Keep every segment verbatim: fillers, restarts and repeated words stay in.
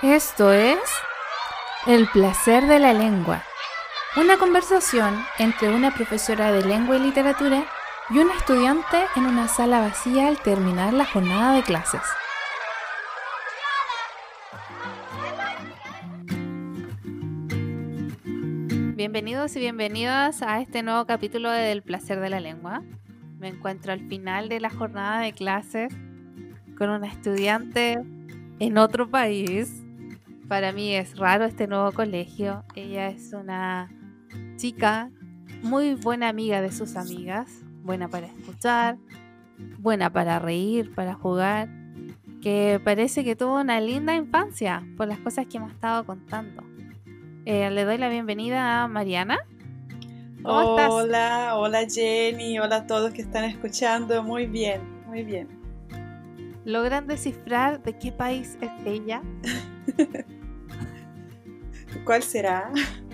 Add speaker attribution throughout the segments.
Speaker 1: Esto es El placer de la lengua, una conversación entre una profesora de lengua y literatura y un estudiante en una sala vacía al terminar la jornada de clases. Bienvenidos y bienvenidas a este nuevo capítulo de El placer de la lengua. Me encuentro al final de la jornada de clases con una estudiante en otro país. Para mí es raro este nuevo colegio. Ella es una chica muy buena amiga de sus amigas, buena para escuchar, buena para reír, para jugar, que parece que tuvo una linda infancia por las cosas que me ha estado contando. Eh, le doy la bienvenida a Mariana. ¿Cómo
Speaker 2: hola,
Speaker 1: estás?
Speaker 2: Hola Jenny, hola a todos que están escuchando. Muy bien, muy bien.
Speaker 1: ¿Logran descifrar de qué país es ella?
Speaker 2: ¿Cuál será?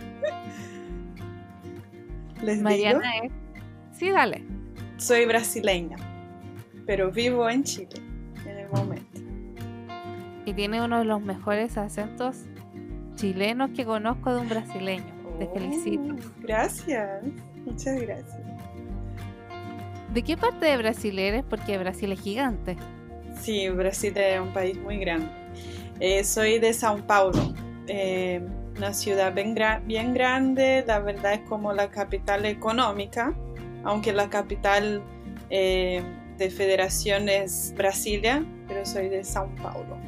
Speaker 2: ¿Les
Speaker 1: Mariana
Speaker 2: digo?
Speaker 1: es... Sí, dale.
Speaker 2: Soy brasileña, pero vivo en Chile en el momento.
Speaker 1: Y tiene uno de los mejores acentos chilenos que conozco de un brasileño. Te
Speaker 2: Oh,
Speaker 1: felicito.
Speaker 2: Gracias, muchas gracias.
Speaker 1: ¿De qué parte de Brasil eres? Porque Brasil es gigante.
Speaker 2: Sí, Brasil es un país muy grande. Eh, soy de São Paulo, eh, una ciudad bien, gra- bien grande. La verdad es como la capital económica, aunque la capital eh, de federación es Brasilia, pero soy de São Paulo.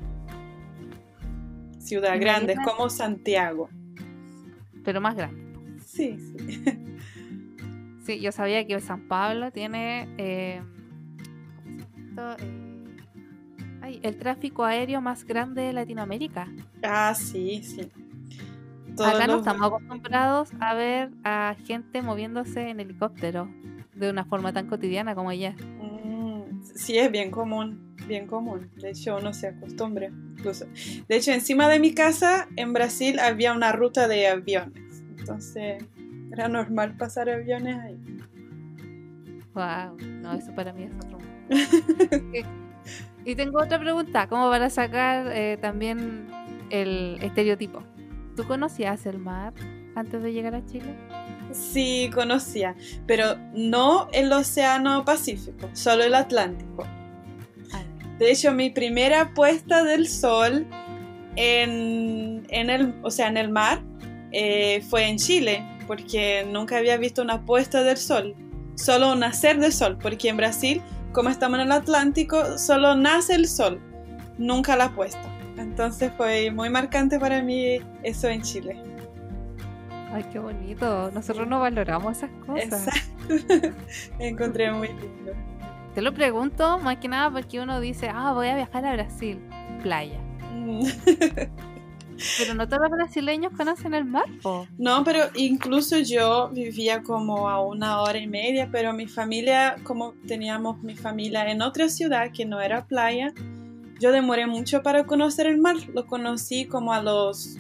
Speaker 2: Ciudad grande, es
Speaker 1: Mariana,
Speaker 2: como Santiago.
Speaker 1: pero más grande.
Speaker 2: Sí, sí.
Speaker 1: Sí, yo sabía que San Pablo tiene eh, ¿cómo se llama esto? Eh, ay, el tráfico aéreo más grande de Latinoamérica.
Speaker 2: Ah, sí, sí. Todos
Speaker 1: Acá no
Speaker 2: los...
Speaker 1: estamos acostumbrados a ver a gente moviéndose en helicóptero de una forma tan cotidiana como ella.
Speaker 2: Mm, sí, es bien común, bien común. De hecho, uno se acostumbra incluso. De hecho, encima de mi casa, en Brasil, había una ruta de aviones. Entonces, era normal pasar aviones ahí.
Speaker 1: Wow, no, eso para mí es otro mundo. Y tengo otra pregunta, como para sacar eh, también el estereotipo. ¿Tú conocías el mar antes de llegar a Chile?
Speaker 2: Sí, conocía, pero no el Océano Pacífico, solo el Atlántico.
Speaker 1: Ah,
Speaker 2: De hecho, mi primera puesta del sol en, en el, o sea, en el mar eh, fue en Chile, porque nunca había visto una puesta del sol, solo un nacer del sol, porque en Brasil, como estamos en el Atlántico, solo nace el sol, nunca la puesta. Entonces fue muy marcante para mí eso en Chile.
Speaker 1: ay, qué bonito. Nosotros no valoramos esas cosas.
Speaker 2: Exacto. Me encontré muy lindo.
Speaker 1: Te lo pregunto más que nada porque uno dice, ah, voy a viajar a Brasil, playa.
Speaker 2: Mm.
Speaker 1: Pero no todos los brasileños conocen el mar, po.
Speaker 2: No, pero incluso yo vivía como a una hora y media, pero mi familia, como teníamos mi familia en otra ciudad que no era playa, yo demoré mucho para conocer el mar. Lo conocí como a los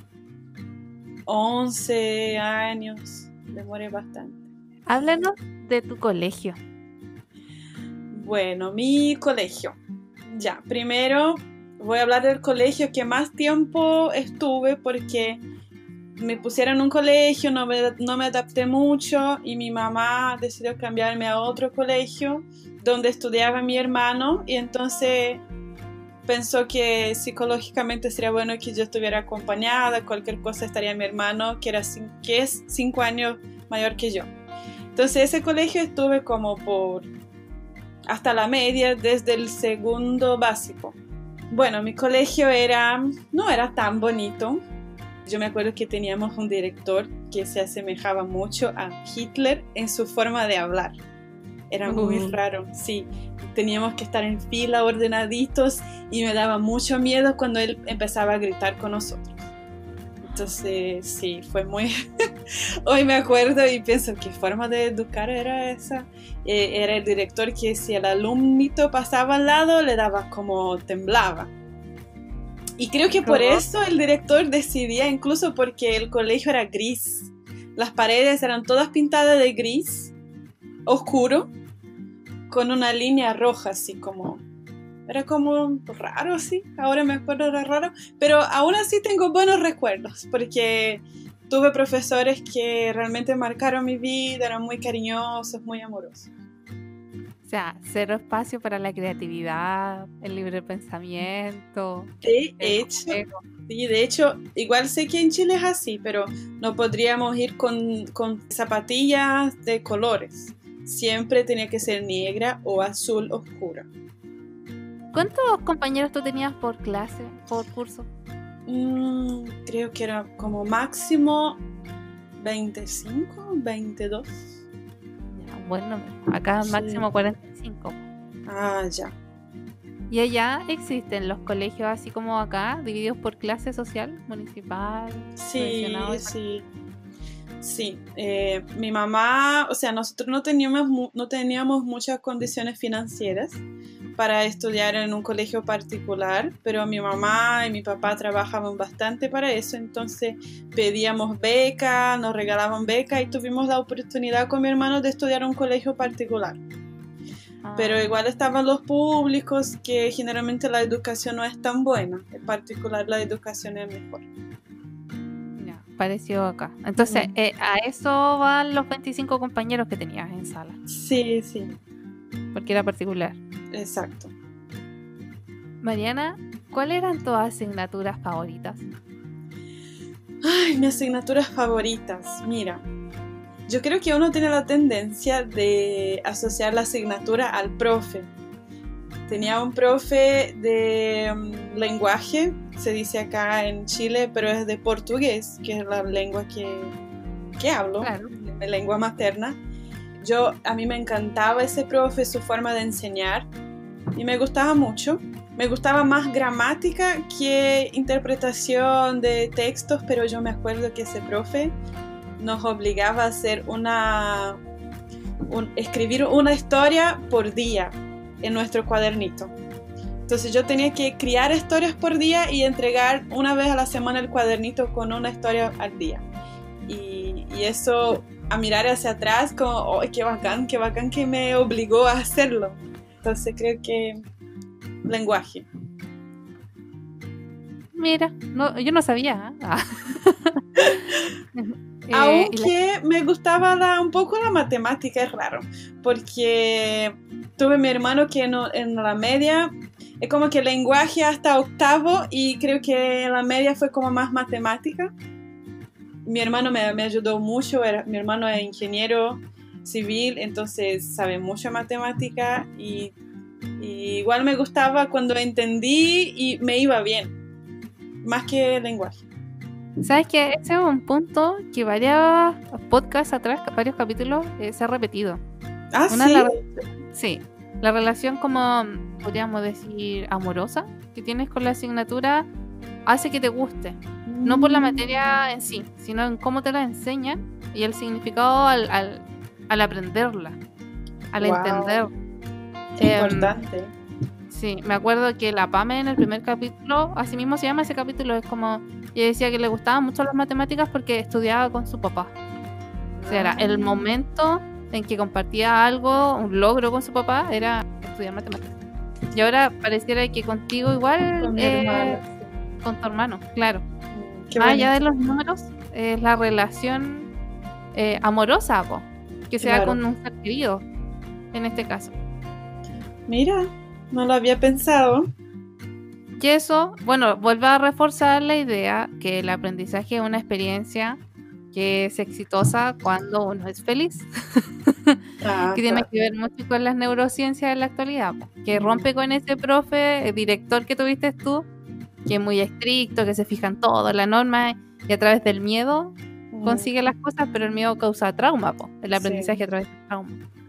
Speaker 2: once años, demoré bastante.
Speaker 1: Háblanos de tu colegio.
Speaker 2: Bueno, mi colegio. Ya, primero voy a hablar del colegio que más tiempo estuve porque me pusieron en un colegio, no me, no me adapté mucho y mi mamá decidió cambiarme a otro colegio donde estudiaba mi hermano y entonces pensó que psicológicamente sería bueno que yo estuviera acompañada, cualquier cosa estaría mi hermano que, era, que es cinco años mayor que yo. Entonces ese colegio estuve como por hasta la media desde el segundo básico. Bueno, mi colegio era no era tan bonito. Yo me acuerdo que teníamos un director que se asemejaba mucho a Hitler en su forma de hablar. Era muy uh. raro, sí. Teníamos que estar en fila, ordenaditos, y me daba mucho miedo cuando él empezaba a gritar con nosotros. Entonces, sí, fue muy... Hoy me acuerdo y pienso, ¿qué forma de educar era esa? Eh, era el director que si el alumnito pasaba al lado, le daba como temblaba. Y creo que por eso el director decidía, incluso porque el colegio era gris. Las paredes eran todas pintadas de gris, oscuro, con una línea roja, así como Era como raro, sí. Ahora me acuerdo, era raro. Pero aún así tengo buenos recuerdos, porque tuve profesores que realmente marcaron mi vida, eran muy cariñosos, muy amorosos.
Speaker 1: O sea, cero espacio para la creatividad, el libre pensamiento.
Speaker 2: De hecho, sí, de hecho, igual sé que en Chile es así, pero no podríamos ir con, con zapatillas de colores. Siempre tenía que ser negra o azul oscura.
Speaker 1: ¿Cuántos compañeros tú tenías por clase, por curso?
Speaker 2: Mm, creo que era como máximo veinticinco, veintidós.
Speaker 1: Ya, bueno, acá
Speaker 2: Sí.
Speaker 1: máximo cuarenta y cinco.
Speaker 2: Ah, ya.
Speaker 1: ¿Y allá existen los colegios así como acá, divididos por clase social, municipal,
Speaker 2: Sí,
Speaker 1: subvencionado y
Speaker 2: sí. Sí, eh, mi mamá, o sea, nosotros no teníamos, mu- no teníamos muchas condiciones financieras para estudiar en un colegio particular, pero mi mamá y mi papá trabajaban bastante para eso, entonces pedíamos beca, nos regalaban beca y tuvimos la oportunidad con mi hermano de estudiar en un colegio particular.
Speaker 1: Ah,
Speaker 2: Pero igual estaban los públicos, que generalmente la educación no es tan buena, en particular la educación es mejor.
Speaker 1: ya, pareció acá. Entonces,
Speaker 2: Mm.
Speaker 1: eh, a eso van los veinticinco compañeros que tenías en sala,
Speaker 2: Sí, sí,
Speaker 1: porque era particular.
Speaker 2: exacto.
Speaker 1: Mariana, ¿cuáles eran tus asignaturas favoritas?
Speaker 2: Ay, mis asignaturas favoritas. Mira, yo creo que uno tiene la tendencia de asociar la asignatura al profe. Tenía un profe de um, lenguaje, se dice acá en Chile, pero es de portugués, que es la lengua que, que hablo,
Speaker 1: Claro.
Speaker 2: mi lengua materna. Yo, a mí me encantaba ese profe, su forma de enseñar, y me gustaba mucho. Me gustaba más gramática que interpretación de textos, pero yo me acuerdo que ese profe nos obligaba a hacer una, un, escribir una historia por día en nuestro cuadernito. Entonces yo tenía que crear historias por día y entregar una vez a la semana el cuadernito con una historia al día. Y, y eso, a mirar hacia atrás, como, oh, qué bacán, qué bacán que me obligó a hacerlo. Entonces creo que lenguaje.
Speaker 1: Mira, no, yo no sabía. ¿eh? Ah. Eh, y la-
Speaker 2: Aunque me gustaba la- un poco la matemática, es raro, porque tuve mi hermano que no- en la media es como que lenguaje hasta octavo y creo que en la media fue como más matemática. Mi hermano me, me ayudó mucho, era- mi hermano es ingeniero civil, entonces sabe mucho de matemática y, y igual me gustaba cuando entendí y me iba bien, más que lenguaje.
Speaker 1: ¿Sabes qué? Ese es un punto que varios podcasts atrás, varios capítulos, eh, se ha repetido.
Speaker 2: Ah,
Speaker 1: Una
Speaker 2: sí.
Speaker 1: la, sí, la relación como, podríamos decir, amorosa que tienes con la asignatura hace que te guste. No por la materia en sí, sino en cómo te la enseñan y el significado al, al, al aprenderla, al
Speaker 2: Wow.
Speaker 1: entender.
Speaker 2: Qué
Speaker 1: Em,
Speaker 2: importante.
Speaker 1: Sí, me acuerdo que la Pame en el primer capítulo, así mismo se llama ese capítulo, es como, ella decía que le gustaban mucho las matemáticas porque estudiaba con su papá. O sea, era el momento en que compartía algo, un logro con su papá, era estudiar matemáticas. Y ahora pareciera que contigo igual,
Speaker 2: Con mi
Speaker 1: eh,
Speaker 2: hermano.
Speaker 1: con tu hermano, claro.
Speaker 2: Qué
Speaker 1: Más allá de
Speaker 2: bonito.
Speaker 1: los números, es la relación eh, amorosa, po, que se da
Speaker 2: Claro.
Speaker 1: con un ser querido, en este caso.
Speaker 2: Mira, no lo había pensado.
Speaker 1: Y eso, bueno, vuelve a reforzar la idea que el aprendizaje es una experiencia que es exitosa cuando uno es feliz,
Speaker 2: Ah,
Speaker 1: que tiene
Speaker 2: claro.
Speaker 1: que ver mucho con las neurociencias en la actualidad, po, que rompe con ese profe, el director que tuviste tú, que es muy estricto, que se fija en todo, en la norma, y a través del miedo
Speaker 2: Mm,
Speaker 1: consigue las cosas, pero el miedo causa trauma, po, el
Speaker 2: Sí.
Speaker 1: aprendizaje a través del trauma.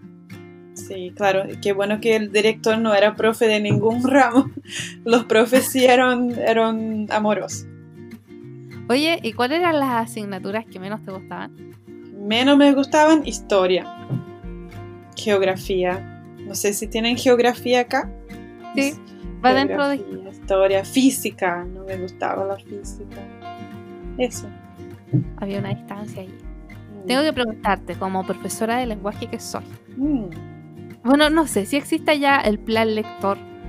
Speaker 2: Sí, claro. y Qué bueno que el director no era profe de ningún ramo. Los profes sí eran, eran amorosos.
Speaker 1: Oye, ¿y cuáles eran las asignaturas que menos te gustaban?
Speaker 2: Menos me gustaban historia, geografía. No sé si tienen geografía acá.
Speaker 1: Sí, va dentro de...
Speaker 2: Geografía, historia, física. No me gustaba la física. Eso.
Speaker 1: Había una distancia ahí.
Speaker 2: Mm.
Speaker 1: Tengo que preguntarte, como profesora de lenguaje que soy,
Speaker 2: Mm.
Speaker 1: bueno, no sé si existe ya el plan lector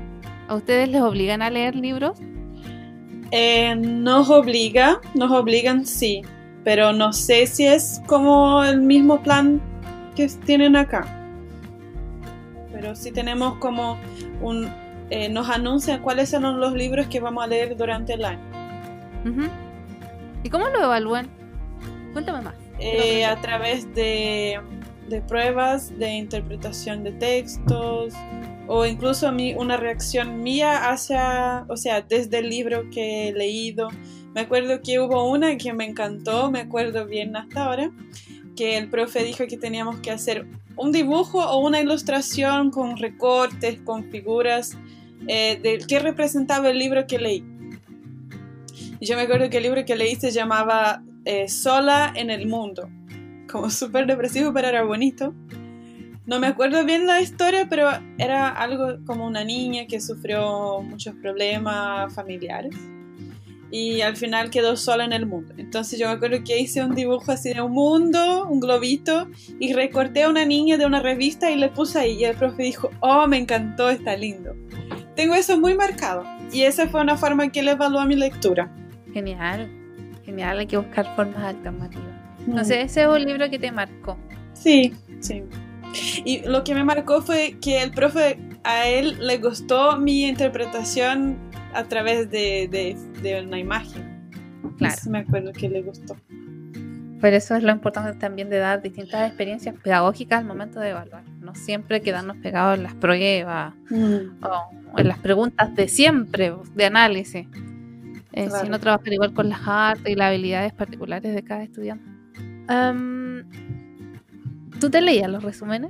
Speaker 1: ¿A ustedes les obligan a leer libros?
Speaker 2: Eh, nos obliga, nos obligan sí, pero no sé si es como el mismo plan que tienen acá. Pero sí tenemos como un... Eh, nos anuncian cuáles son los libros que vamos a leer durante el año.
Speaker 1: Uh-huh. ¿Y cómo lo evalúan? Cuéntame más.
Speaker 2: Eh, a través de, de pruebas de interpretación de textos o incluso mi, una reacción mía hacia, o sea, desde el libro que he leído. Me acuerdo que hubo una que me encantó, me acuerdo bien hasta ahora, que el profe dijo que teníamos que hacer un dibujo o una ilustración con recortes, con figuras eh, de qué representaba el libro que leí. Y yo me acuerdo que el libro que leí se llamaba eh, Sola en el Mundo, como súper depresivo, pero era bonito. No me acuerdo bien la historia, pero era algo como una niña que sufrió muchos problemas familiares y al final quedó sola en el mundo. Entonces yo me acuerdo que hice un dibujo así de un mundo, un globito, y recorté a una niña de una revista y le puse ahí. Y el profe dijo, oh, me encantó, está lindo. Tengo eso muy marcado. Y esa fue una forma que él evaluó mi lectura.
Speaker 1: Genial, genial, hay que buscar formas alternativas.
Speaker 2: Mm.
Speaker 1: No sé, ese es un libro que te marcó.
Speaker 2: Sí, sí. Y lo que me marcó fue que el profe, a él le gustó mi interpretación a través de, de, de una imagen.
Speaker 1: Claro.
Speaker 2: Eso me acuerdo que le gustó.
Speaker 1: Por eso es lo importante también de dar distintas experiencias pedagógicas al momento de evaluar. No siempre quedarnos pegados en las pruebas mm. o en las preguntas de siempre, de análisis. Eh, claro. Sino trabajar igual con las artes y las habilidades particulares de cada estudiante. Um, ¿Tú te leías los resúmenes?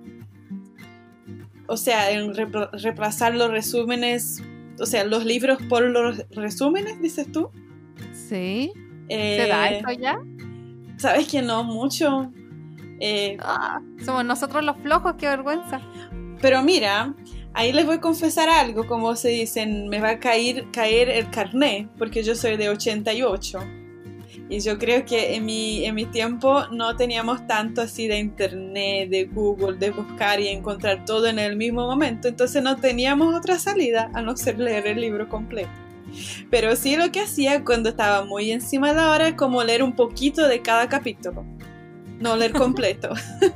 Speaker 2: O sea, en repro- reemplazar los resúmenes, o sea, los libros por los resúmenes, dices tú.
Speaker 1: Sí.
Speaker 2: Eh,
Speaker 1: ¿Se da eso ya?
Speaker 2: Sabes que no mucho. Eh,
Speaker 1: ah, somos nosotros los flojos, qué vergüenza.
Speaker 2: Pero mira, ahí les voy a confesar algo, como se dicen, me va a caer, caer el carné, porque yo soy de ochenta y ocho. Y yo creo que en mi, en mi tiempo no teníamos tanto así de internet, de Google, de buscar y encontrar todo en el mismo momento. Entonces no teníamos otra salida a no ser leer el libro completo. Pero sí lo que hacía cuando estaba muy encima de la hora es como leer un poquito de cada capítulo. No leer completo.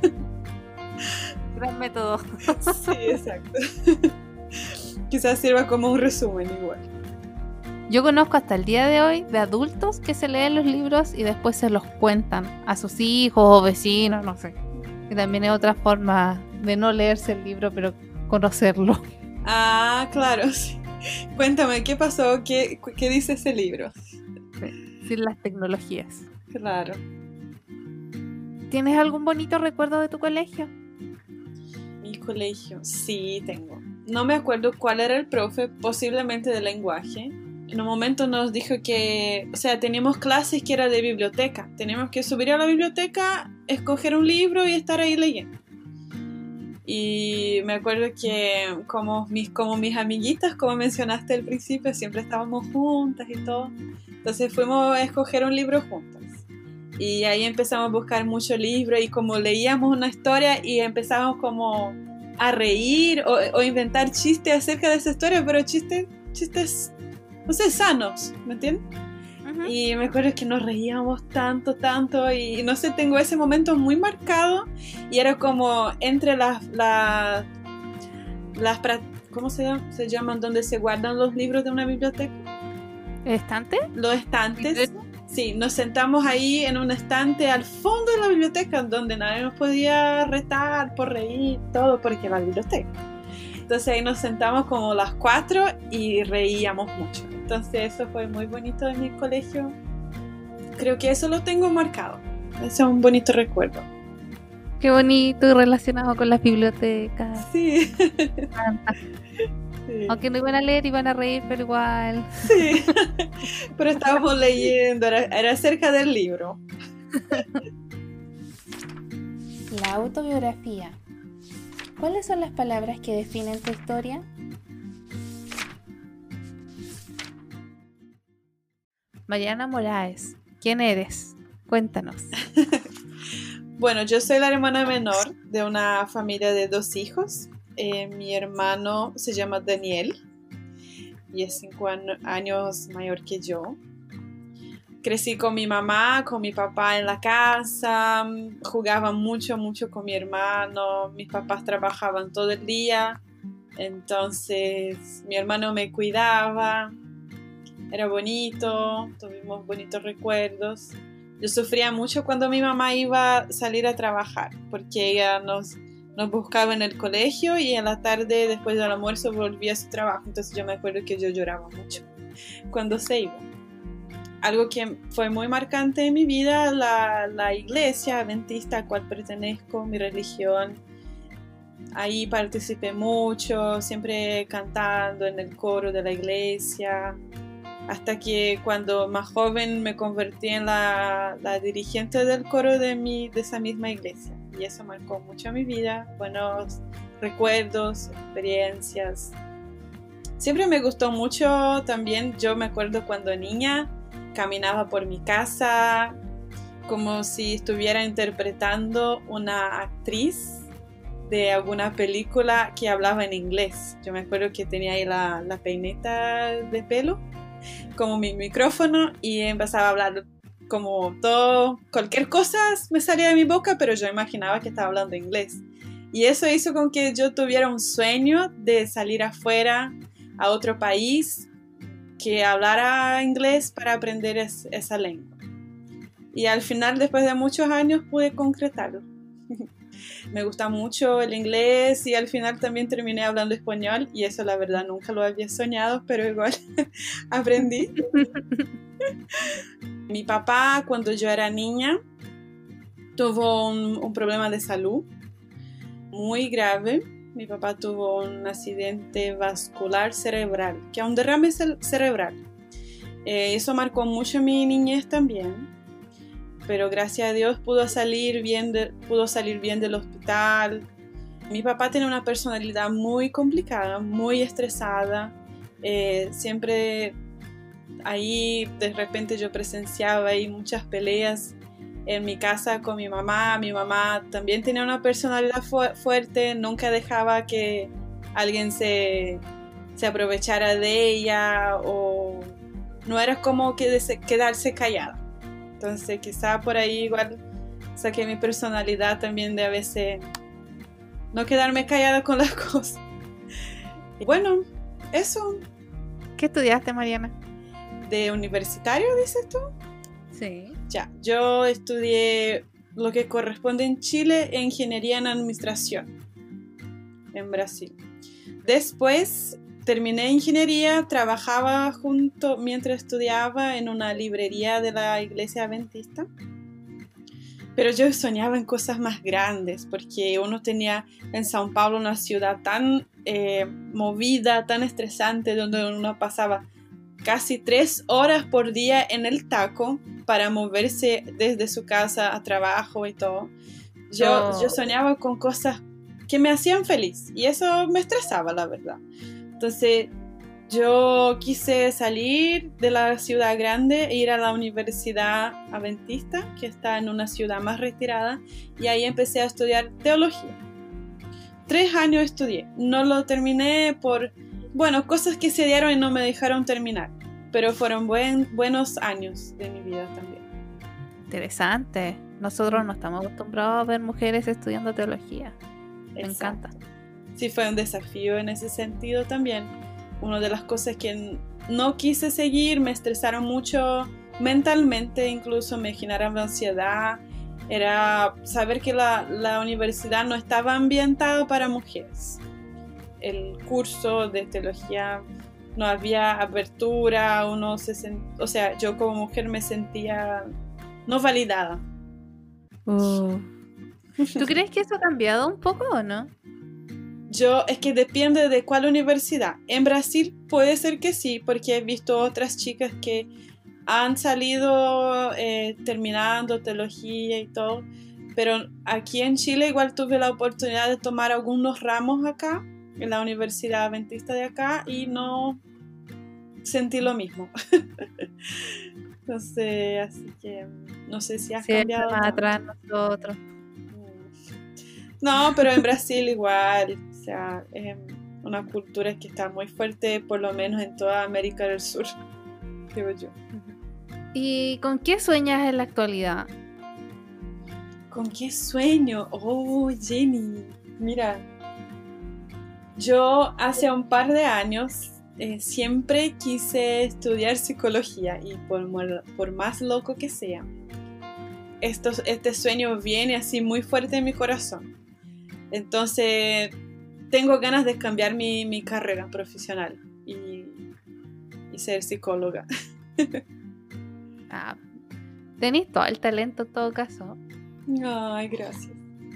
Speaker 1: Gran método.
Speaker 2: Sí, exacto. Quizás sirva como un resumen igual.
Speaker 1: Yo conozco hasta el día de hoy de adultos que se leen los libros y después se los cuentan a sus hijos o vecinos, no sé. Y también es otra forma de no leerse el libro, pero conocerlo.
Speaker 2: Ah, claro, sí. Cuéntame, ¿qué pasó? ¿Qué, qué dice ese libro?
Speaker 1: Sí, sin las tecnologías.
Speaker 2: Claro.
Speaker 1: ¿Tienes algún bonito recuerdo de tu colegio?
Speaker 2: Mi colegio, sí, tengo. No me acuerdo cuál era el profe, posiblemente de lenguaje. En un momento nos dijo que, o sea, teníamos clases que era de biblioteca. Teníamos que subir a la biblioteca, escoger un libro y estar ahí leyendo. Y me acuerdo que como mis, como mis amiguitas, como mencionaste al principio, siempre estábamos juntas y todo. Entonces fuimos a escoger un libro juntas. Y ahí empezamos a buscar muchos libros y como leíamos una historia y empezamos como a reír o, o inventar chistes acerca de esa historia, pero chistes, chistes, no sé, sanos, ¿me entiendes? Uh-huh. Y me acuerdo que nos reíamos tanto, tanto y no sé, tengo ese momento muy marcado y era como entre las, las, las ¿cómo se llaman? se llaman? Donde se guardan los libros de una biblioteca.
Speaker 1: ¿Estante?
Speaker 2: Los estantes. Sí, nos sentamos ahí en un estante al fondo de la biblioteca donde nadie nos podía retar por reír, todo porque era la biblioteca. Entonces ahí nos sentamos como las cuatro y reíamos mucho. Entonces eso fue muy bonito de mi colegio. Creo que eso lo tengo marcado. Ese es un bonito recuerdo.
Speaker 1: Qué bonito y relacionado con las bibliotecas.
Speaker 2: Sí.
Speaker 1: Sí. Aunque no iban a leer, iban a reír, pero igual.
Speaker 2: Sí, pero estábamos leyendo, era, era cerca del libro.
Speaker 1: La autobiografía. ¿Cuáles son las palabras que definen tu historia? Mariana Moraes, ¿quién eres? Cuéntanos.
Speaker 2: Bueno, yo soy la hermana menor de una familia de dos hijos. Eh, mi hermano se llama Daniel y es cinco an- años mayor que yo. Crecí con mi mamá, con mi papá en la casa, jugaba mucho, mucho con mi hermano, mis papás trabajaban todo el día, entonces mi hermano me cuidaba, era bonito, tuvimos bonitos recuerdos. Yo sufría mucho cuando mi mamá iba a salir a trabajar, porque ella nos, nos buscaba en el colegio y en la tarde, después del almuerzo, volvía a su trabajo, entonces yo me acuerdo que yo lloraba mucho cuando se iba. Algo que fue muy marcante en mi vida, la, la iglesia adventista a cual pertenezco, mi religión. Ahí participé mucho, siempre cantando en el coro de la iglesia, hasta que cuando más joven me convertí en la, la dirigente del coro de, mi, de esa misma iglesia. Y eso marcó mucho mi vida, buenos recuerdos, experiencias. Siempre me gustó mucho también, yo me acuerdo cuando niña, caminaba por mi casa como si estuviera interpretando una actriz de alguna película que hablaba en inglés. Yo me acuerdo que tenía ahí la, la peineta de pelo, como mi micrófono, y empezaba a hablar como todo, cualquier cosa me salía de mi boca, pero yo imaginaba que estaba hablando inglés. Y eso hizo con que yo tuviera un sueño de salir afuera, a otro país, que hablara inglés para aprender es, esa lengua. Y al final, después de muchos años, pude concretarlo. Me gusta mucho el inglés y al final también terminé hablando español y eso la verdad nunca lo había soñado, pero igual aprendí. Mi papá, cuando yo era niña, tuvo un, un problema de salud muy grave. Mi papá tuvo un accidente vascular cerebral, que es un derrame cerebral. Eh, eso marcó mucho mi niñez también, pero gracias a Dios pudo salir bien, de, pudo salir bien del hospital. Mi papá tiene una personalidad muy complicada, muy estresada. Eh, siempre ahí de repente yo presenciaba ahí muchas peleas en mi casa con mi mamá. Mi mamá también tenía una personalidad fu- fuerte, nunca dejaba que alguien se, se aprovechara de ella o no era como que de- quedarse callada. Entonces quizá por ahí igual saqué mi personalidad también de a veces no quedarme callada con las cosas. Y bueno, eso.
Speaker 1: ¿Qué estudiaste, Mariana?
Speaker 2: ¿De universitario, dices tú?
Speaker 1: Sí.
Speaker 2: Ya, yo estudié lo que corresponde en Chile, ingeniería en administración, en Brasil. Después terminé ingeniería, trabajaba junto mientras estudiaba en una librería de la iglesia adventista. Pero yo soñaba en cosas más grandes, porque uno tenía en São Paulo una ciudad tan eh, movida, tan estresante, donde uno pasaba casi tres horas por día en el taco para moverse desde su casa a trabajo y todo. Yo, oh. yo soñaba con cosas que me hacían feliz y eso me estresaba, la verdad. Entonces yo quise salir de la ciudad grande e ir a la Universidad Adventista, que está en una ciudad más retirada, y ahí empecé a estudiar teología. Tres años estudié, no lo terminé por, bueno, cosas que se dieron y no me dejaron terminar, pero fueron buen, buenos años de mi vida también.
Speaker 1: Interesante, nosotros no estamos acostumbrados a ver mujeres estudiando teología. Me
Speaker 2: Exacto.
Speaker 1: encanta.
Speaker 2: Sí, fue un desafío en ese sentido también. Una de las cosas que no quise seguir, me estresaron mucho mentalmente, incluso me generaron ansiedad, era saber que la, la universidad no estaba ambientada para mujeres. El curso de teología no había apertura, uno se sent... o sea, yo como mujer me sentía no validada.
Speaker 1: Uh. ¿Tú crees que eso ha cambiado un poco o no?
Speaker 2: Yo, es que depende de cuál universidad. En Brasil puede ser que sí, porque he visto otras chicas que han salido eh, terminando teología y todo, pero aquí en Chile igual tuve la oportunidad de tomar algunos ramos acá, en la Universidad Adventista de acá, y no sentí lo mismo. Entonces, así que no sé si has
Speaker 1: sí,
Speaker 2: cambiado
Speaker 1: más
Speaker 2: tanto.
Speaker 1: atrás nosotros.
Speaker 2: No, pero en Brasil igual, o sea, eh, una cultura que está muy fuerte, por lo menos en toda América del Sur, digo yo.
Speaker 1: ¿Y con qué sueñas en la actualidad?
Speaker 2: ¿Con qué sueño? Oh, Jenny, mira, yo hace un par de años eh, siempre quise estudiar psicología y por, por más loco que sea, esto, este sueño viene así muy fuerte en mi corazón. Entonces tengo ganas de cambiar mi, mi carrera profesional y, y ser psicóloga.
Speaker 1: Ah, tenés todo el talento en todo caso.
Speaker 2: Ay, gracias.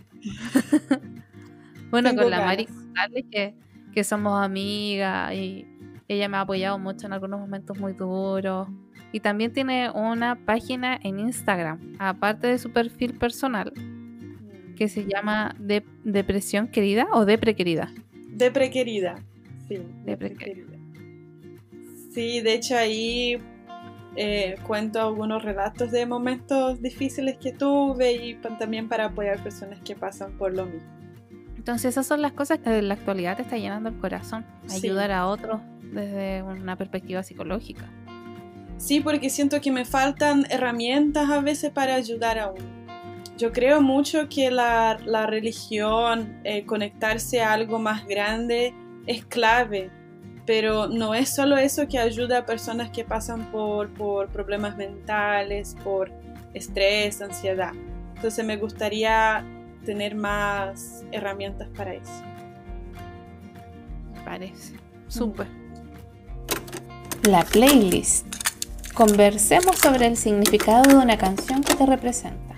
Speaker 1: Bueno,
Speaker 2: Tengo
Speaker 1: con la
Speaker 2: ganas.
Speaker 1: Mari González, que, que somos amigas y ella me ha apoyado mucho en algunos momentos muy duros. Y también tiene una página en Instagram, aparte de su perfil personal, que se llama de, Depresión Querida o Depre Querida.
Speaker 2: Depre Querida, sí.
Speaker 1: Depre
Speaker 2: Depre
Speaker 1: Querida.
Speaker 2: Querida. Sí, de hecho ahí eh, cuento algunos relatos de momentos difíciles que tuve y pa- también para apoyar personas que pasan por lo mismo.
Speaker 1: Entonces esas son las cosas que en la actualidad te está llenando el corazón.
Speaker 2: Sí.
Speaker 1: Ayudar a otros desde una perspectiva psicológica.
Speaker 2: Sí, porque siento que me faltan herramientas a veces para ayudar a uno. Yo creo mucho que la, la religión, eh, conectarse a algo más grande es clave, pero no es solo eso que ayuda a personas que pasan por, por problemas mentales, por estrés, ansiedad. Entonces me gustaría tener más herramientas para eso.
Speaker 1: Me parece. Súper.
Speaker 3: La playlist. Conversemos sobre el significado de una canción que te representa.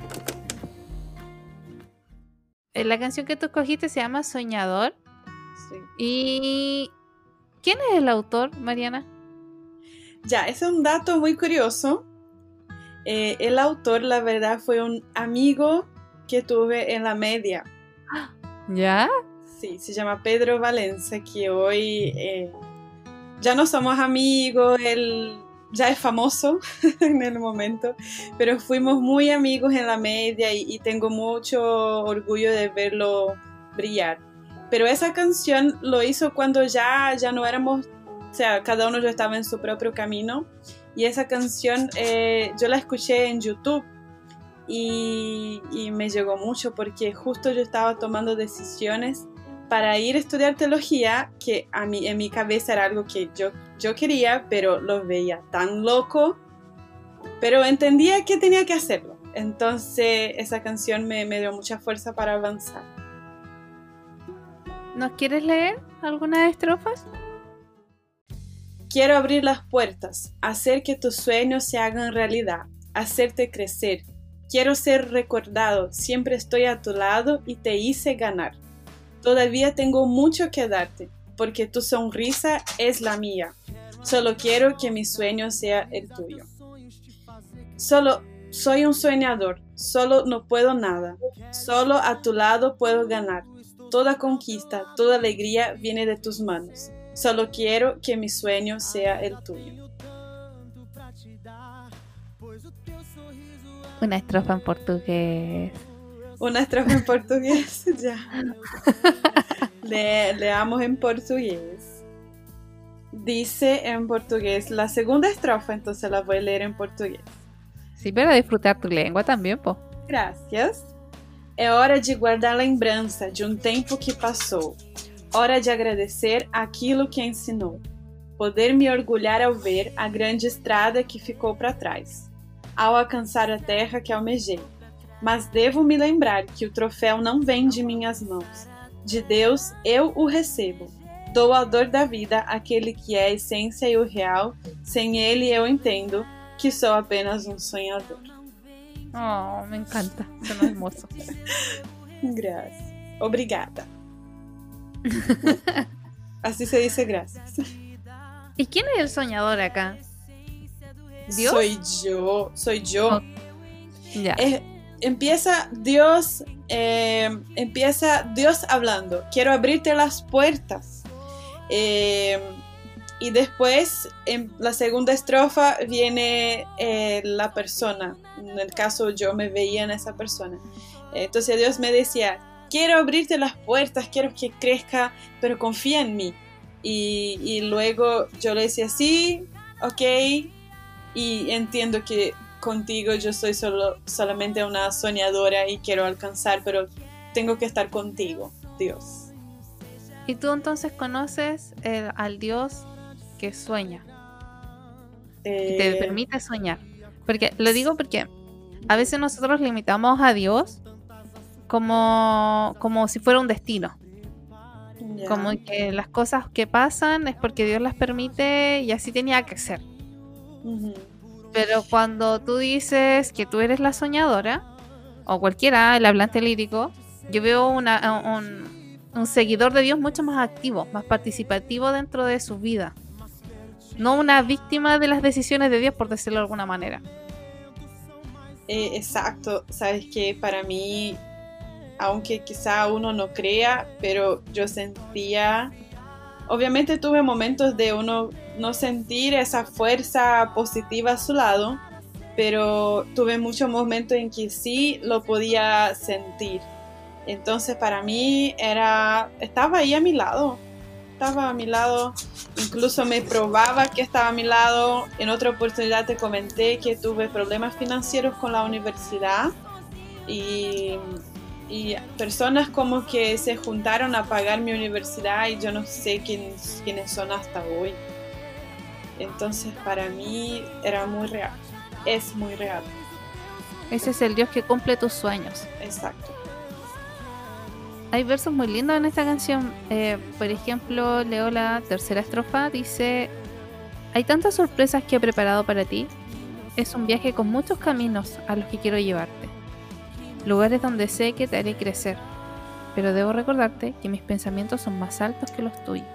Speaker 1: Eh, La canción que tú escogiste se llama Soñador.
Speaker 2: Sí.
Speaker 1: ¿Y quién es el autor, Mariana?
Speaker 2: Ya, ese es un dato muy curioso. Eh, el autor, la verdad, fue un amigo que tuve en la media.
Speaker 1: ¿Ya?
Speaker 2: Sí, se llama Pedro Valencia, que hoy eh, ya no somos amigos, él ya es famoso en el momento, pero fuimos muy amigos en la media y, y tengo mucho orgullo de verlo brillar. Pero esa canción lo hizo cuando ya, ya no éramos, o sea, cada uno ya estaba en su propio camino, y esa canción eh, yo la escuché en YouTube. Y, y me llegó mucho porque justo yo estaba tomando decisiones para ir a estudiar teología, que a mí, en mi cabeza era algo que yo, yo quería, pero lo veía tan loco, pero entendía que tenía que hacerlo. Entonces esa canción me, me dio mucha fuerza para avanzar.
Speaker 1: ¿Nos quieres leer algunas estrofas?
Speaker 2: Quiero abrir las puertas, hacer que tus sueños se hagan realidad, hacerte crecer. Quiero ser recordado, siempre estoy a tu lado y te hice ganar. Todavía tengo mucho que darte, porque tu sonrisa es la mía. Solo quiero que mi sueño sea el tuyo. Solo soy un soñador, solo no puedo nada. Solo a tu lado puedo ganar. Toda conquista, toda alegría viene de tus manos. Solo quiero que mi sueño sea el tuyo.
Speaker 1: Una estrofa en portugués.
Speaker 2: Una estrofa en portugués, ya. Le, leamos en portugués. Dice en portugués la segunda estrofa, entonces la voy a leer en portugués.
Speaker 1: Sí, pero disfrutar tu lengua también, po.
Speaker 2: Gracias. É hora de guardar lembrança de um tempo que passou. Hora de agradecer aquilo que ensinou. Poder me orgulhar ao ver a grande estrada que ficou para trás. Ao alcançar a terra que almejei. Mas devo me lembrar que o troféu não vem de minhas mãos. De Deus eu o recebo. Doador da vida, aquele que é a essência e o real. Sem ele eu entendo que sou apenas um sonhador.
Speaker 1: Oh, me encanta. Son hermoso.
Speaker 2: Gracias. Obrigada. Así se dice gracias.
Speaker 1: ¿Y quién es el soñador acá? ¿Dios?
Speaker 2: Soy yo, soy yo.
Speaker 1: Oh, ya.
Speaker 2: Eh, empieza Dios, eh, empieza Dios hablando. Quiero abrirte las puertas. Eh, y después, en la segunda estrofa, viene eh, la persona. En el caso, yo me veía en esa persona. Eh, entonces Dios me decía, quiero abrirte las puertas, quiero que crezca, pero confía en mí. Y, y luego yo le decía, sí, ok, y entiendo que contigo yo soy solo, solamente una soñadora y quiero alcanzar, pero tengo que estar contigo, Dios.
Speaker 1: Y tú entonces conoces eh, al Dios que sueña,
Speaker 2: Eh,
Speaker 1: que te permite soñar. Porque lo digo porque a veces nosotros limitamos a Dios como, como si fuera un destino.
Speaker 2: ya.
Speaker 1: Como que las cosas que pasan es porque Dios las permite y así tenía que ser.
Speaker 2: Ujú.
Speaker 1: Pero cuando tú dices que tú eres la soñadora, o cualquiera, el hablante lírico, yo veo una, un, un seguidor de Dios mucho más activo, más participativo dentro de su vida. No una víctima de las decisiones de Dios, por decirlo de alguna manera.
Speaker 2: Eh, exacto, sabes que para mí, aunque quizá uno no crea, pero yo sentía, obviamente tuve momentos de uno no sentir esa fuerza positiva a su lado, pero tuve muchos momentos en que sí lo podía sentir. Entonces para mí era, estaba ahí a mi lado, estaba a mi lado, incluso me probaba que estaba a mi lado. En otra oportunidad te comenté que tuve problemas financieros con la universidad y, y personas como que se juntaron a pagar mi universidad y yo no sé quién, quiénes son hasta hoy. Entonces para mí era muy real, es muy real.
Speaker 1: Ese es el Dios que cumple tus sueños.
Speaker 2: Exacto.
Speaker 1: Hay versos muy lindos en esta canción. Eh, por ejemplo, leo la tercera estrofa. Dice: hay tantas sorpresas que he preparado para ti. Es un viaje con muchos caminos a los que quiero llevarte. Lugares donde sé que te haré crecer. Pero debo recordarte que mis pensamientos son más altos que los tuyos.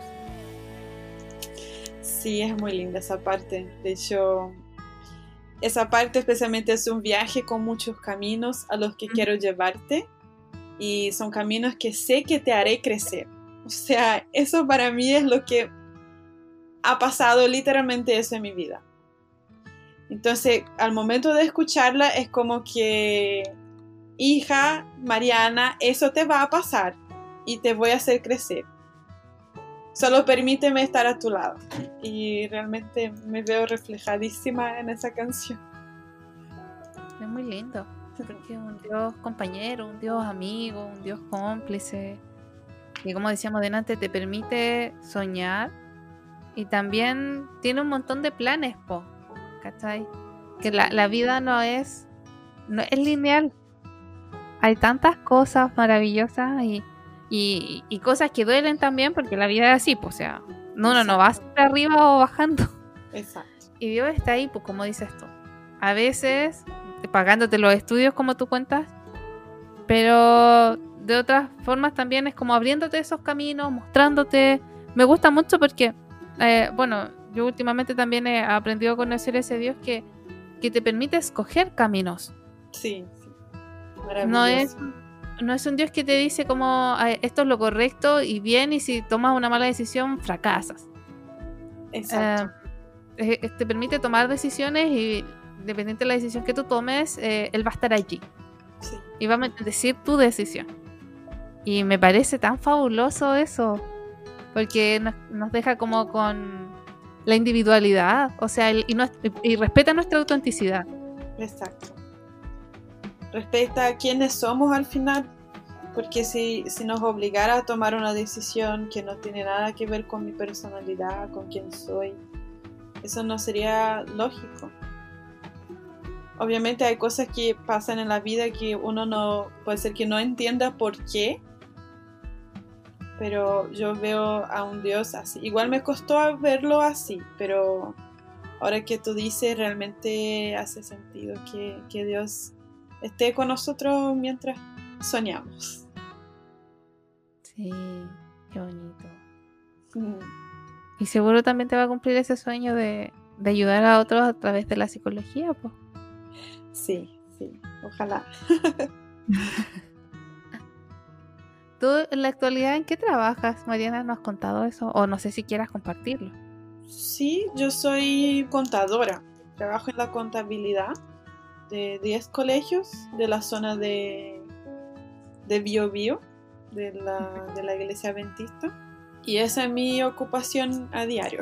Speaker 2: Sí, es muy linda esa parte. De hecho, esa parte especialmente es un viaje con muchos caminos a los que quiero llevarte. Y son caminos que sé que te haré crecer. O sea, eso para mí es lo que ha pasado, literalmente eso en mi vida. Entonces, al momento de escucharla es como que, hija Mariana, eso te va a pasar y te voy a hacer crecer. Solo permíteme estar a tu lado. Y realmente me veo reflejadísima en esa canción.
Speaker 1: Es muy lindo. Porque es un Dios compañero, un Dios amigo, un Dios cómplice. Y como decíamos delante, te permite soñar. Y también tiene un montón de planes, po. ¿Cachai? Que la, la vida no es, no es lineal. Hay tantas cosas maravillosas y, y, y cosas que duelen también, porque la vida es así, pues, o sea, no, uno no va siempre arriba o bajando.
Speaker 2: Exacto.
Speaker 1: Y Dios está ahí, pues, como dices tú. A veces pagándote los estudios como tú cuentas, pero de otras formas también es como abriéndote esos caminos, mostrándote. Me gusta mucho porque, eh, bueno, yo últimamente también he aprendido a conocer ese Dios que, que te permite escoger caminos.
Speaker 2: Sí, sí.
Speaker 1: No es, no es un Dios que te dice como eh, esto es lo correcto y bien, y si tomas una mala decisión fracasas.
Speaker 2: Exacto.
Speaker 1: Eh, eh, te permite tomar decisiones y dependiente de la decisión que tú tomes, eh, él va a estar allí.
Speaker 2: Sí.
Speaker 1: Y va a decir tu decisión. Y me parece tan fabuloso eso, porque nos, nos deja como con la individualidad, o sea, el, y, no, y respeta nuestra autenticidad.
Speaker 2: Exacto. Respeta a quienes somos al final, porque si, si nos obligara a tomar una decisión que no tiene nada que ver con mi personalidad, con quién soy, eso no sería lógico. Obviamente hay cosas que pasan en la vida que uno no, puede ser que no entienda por qué, pero yo veo a un Dios así. Igual me costó verlo así, pero ahora que tú dices realmente hace sentido que, que Dios esté con nosotros mientras soñamos.
Speaker 1: Sí, qué bonito.
Speaker 2: Mm.
Speaker 1: Y seguro también te va a cumplir ese sueño de, de ayudar a otros a través de la psicología, pues.
Speaker 2: Sí, sí, ojalá.
Speaker 1: ¿Tú en la actualidad en qué trabajas, Mariana? ¿No has contado eso? O no sé si quieras compartirlo.
Speaker 2: Sí, yo soy contadora. Trabajo en la contabilidad de diez colegios de la zona de, de Biobío. de la, de la iglesia adventista. Y esa es mi ocupación a diario.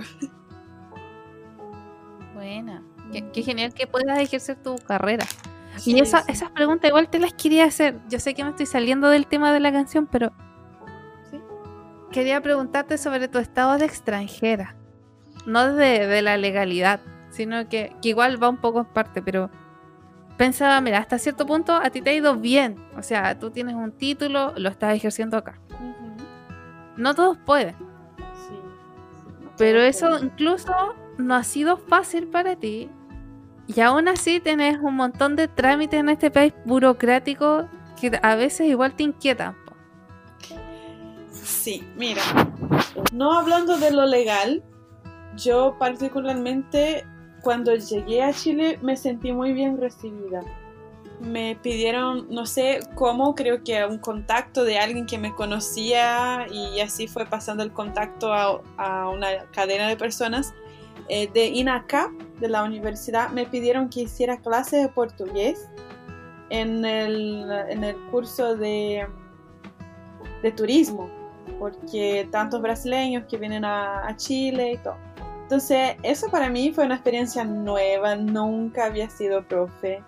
Speaker 1: Buena. Qué, qué genial que puedas ejercer tu carrera.
Speaker 2: Sí,
Speaker 1: Y esa,
Speaker 2: sí.
Speaker 1: esas preguntas igual te las quería hacer. Yo sé que me estoy saliendo del tema de la canción, pero
Speaker 2: ¿Sí?
Speaker 1: quería preguntarte sobre tu estado de extranjera. No de, de la legalidad, sino que, que igual va un poco en parte, pero pensaba, mira, hasta cierto punto a ti te ha ido bien. O sea, tú tienes un título, lo estás ejerciendo acá.
Speaker 2: Ujú.
Speaker 1: No todos pueden,
Speaker 2: Sí, sí, no
Speaker 1: pero
Speaker 2: todo
Speaker 1: eso
Speaker 2: puede.
Speaker 1: incluso no ha sido fácil para ti. Y aún así tenés un montón de trámites en este país burocrático que a veces igual te inquietan. Po.
Speaker 2: Sí, mira, no hablando de lo legal, yo particularmente cuando llegué a Chile me sentí muy bien recibida. Me pidieron, no sé cómo, creo que un contacto de alguien que me conocía y así fue pasando el contacto a, a una cadena de personas. Eh, de INACAP, de la universidad, me pidieron que hiciera clases de portugués en el, en el curso de, de turismo, porque tantos brasileños que vienen a, a Chile y todo. Entonces, eso para mí fue una experiencia nueva, nunca había sido profe,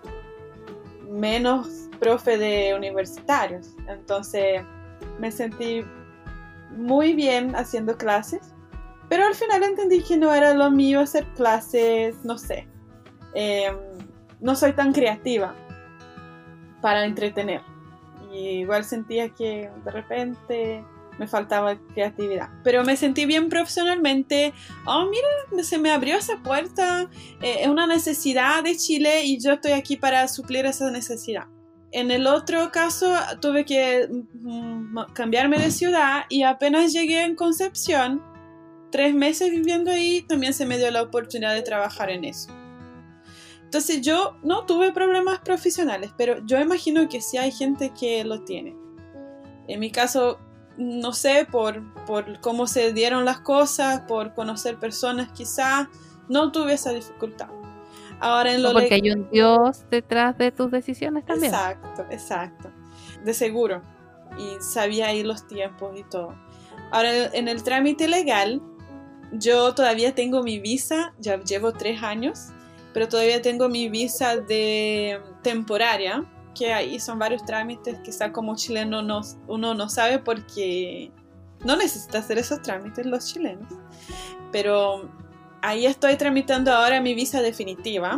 Speaker 2: menos profe de universitarios. Entonces, me sentí muy bien haciendo clases, pero al final entendí que no era lo mío hacer clases, no sé. Eh, no soy tan creativa para entretener. Y igual sentía que de repente me faltaba creatividad. Pero me sentí bien profesionalmente. Oh, mira, se me abrió esa puerta. Eh, es una necesidad de Chile y yo estoy aquí para suplir esa necesidad. En el otro caso tuve que mm, cambiarme de ciudad y apenas llegué en Concepción, tres meses viviendo ahí, también se me dio la oportunidad de trabajar en eso. Entonces yo no tuve problemas profesionales, pero yo imagino que sí hay gente que lo tiene. En mi caso, no sé, por, por cómo se dieron las cosas, por conocer personas quizás, no tuve esa dificultad. Ahora en lo
Speaker 1: O porque
Speaker 2: le-
Speaker 1: hay un Dios detrás de tus decisiones también.
Speaker 2: Exacto, exacto. De seguro. Y sabía ahí los tiempos y todo. Ahora en el trámite legal, yo todavía tengo mi visa, ya llevo tres años, pero todavía tengo mi visa de temporaria, que ahí son varios trámites, quizá como chileno no, uno no sabe porque no necesita hacer esos trámites los chilenos. Pero ahí estoy tramitando ahora mi visa definitiva,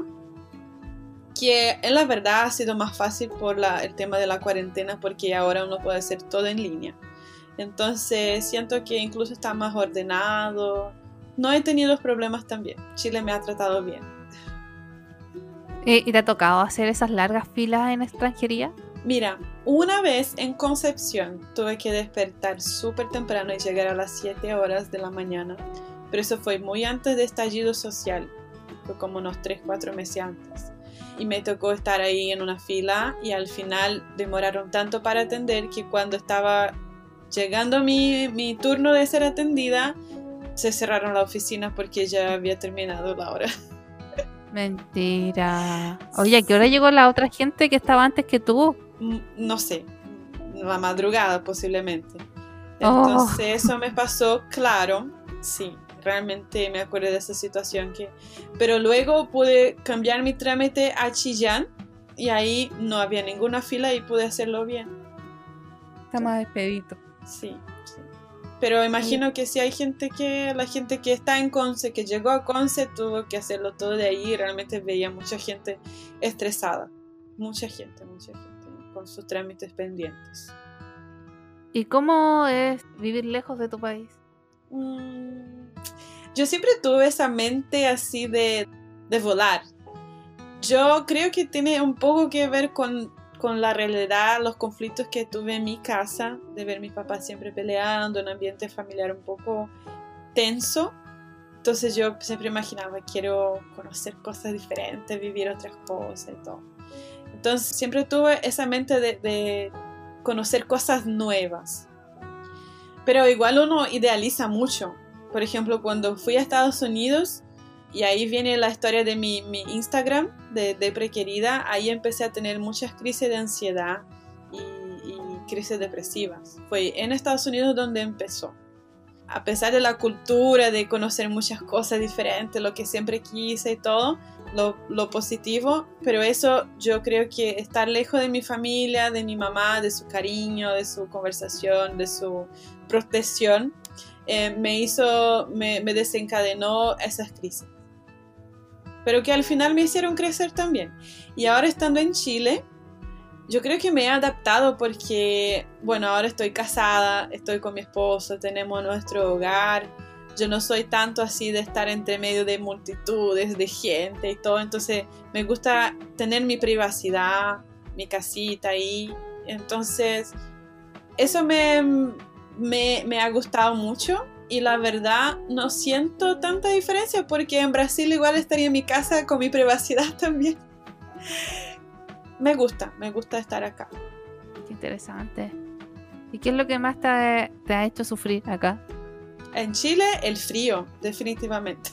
Speaker 2: que en la verdad ha sido más fácil por la, el tema de la cuarentena, porque ahora uno puede hacer todo en línea. Entonces siento que incluso está más ordenado. No he tenido problemas también. Chile me ha tratado bien.
Speaker 1: Eh, ¿Y te ha tocado hacer esas largas filas en extranjería?
Speaker 2: Mira, una vez en Concepción tuve que despertar súper temprano y llegar a las siete horas de la mañana. Pero eso fue muy antes de estallido social. Fue como unos tres, cuatro meses antes. Y me tocó estar ahí en una fila y al final demoraron tanto para atender que cuando estaba llegando mi, mi turno de ser atendida, se cerraron la oficina porque ya había terminado la hora.
Speaker 1: Mentira. Oye, ¿a qué hora llegó la otra gente que estaba antes que tú?
Speaker 2: No sé, la madrugada posiblemente.
Speaker 1: Oh.
Speaker 2: Entonces eso me pasó, claro, sí, realmente me acuerdo de esa situación. Que... Pero luego pude cambiar mi trámite a Chillán y ahí no había ninguna fila y pude hacerlo bien.
Speaker 1: Está más despedido.
Speaker 2: Sí, sí. Pero imagino que si hay gente que, la gente que está en Conce, que llegó a Conce, tuvo que hacerlo todo de ahí y realmente veía mucha gente estresada. Mucha gente, mucha gente con sus trámites pendientes.
Speaker 1: ¿Y cómo es vivir lejos de tu país?
Speaker 2: Mm, yo siempre tuve esa mente así de, de volar. Yo creo que tiene un poco que ver con, con la realidad, los conflictos que tuve en mi casa, de ver a mi papá siempre peleando, un ambiente familiar un poco tenso. Entonces yo siempre imaginaba, quiero conocer cosas diferentes, vivir otras cosas y todo. Entonces siempre tuve esa mente de, de conocer cosas nuevas. Pero igual uno idealiza mucho. Por ejemplo, cuando fui a Estados Unidos, y ahí viene la historia de mi, mi Instagram, de, de Prequerida, ahí empecé a tener muchas crisis de ansiedad y, y crisis depresivas. Fue en Estados Unidos donde empezó. A pesar de la cultura, de conocer muchas cosas diferentes, lo que siempre quise y todo, lo, lo positivo, pero eso yo creo que estar lejos de mi familia, de mi mamá, de su cariño, de su conversación, de su protección, eh, me hizo, me, me desencadenó esas crisis. Pero que al final me hicieron crecer también. Y ahora estando en Chile, yo creo que me he adaptado porque, bueno, ahora estoy casada, estoy con mi esposo, tenemos nuestro hogar. Yo no soy tanto así de estar entre medio de multitudes, de gente y todo. Entonces me gusta tener mi privacidad, mi casita ahí. Entonces eso me, me, me ha gustado mucho. Y la verdad no siento tanta diferencia porque en Brasil igual estaría en mi casa con mi privacidad también. Me gusta, me gusta estar acá.
Speaker 1: Qué interesante. ¿Y qué es lo que más te ha, te ha hecho sufrir acá?
Speaker 2: En Chile, el frío, definitivamente.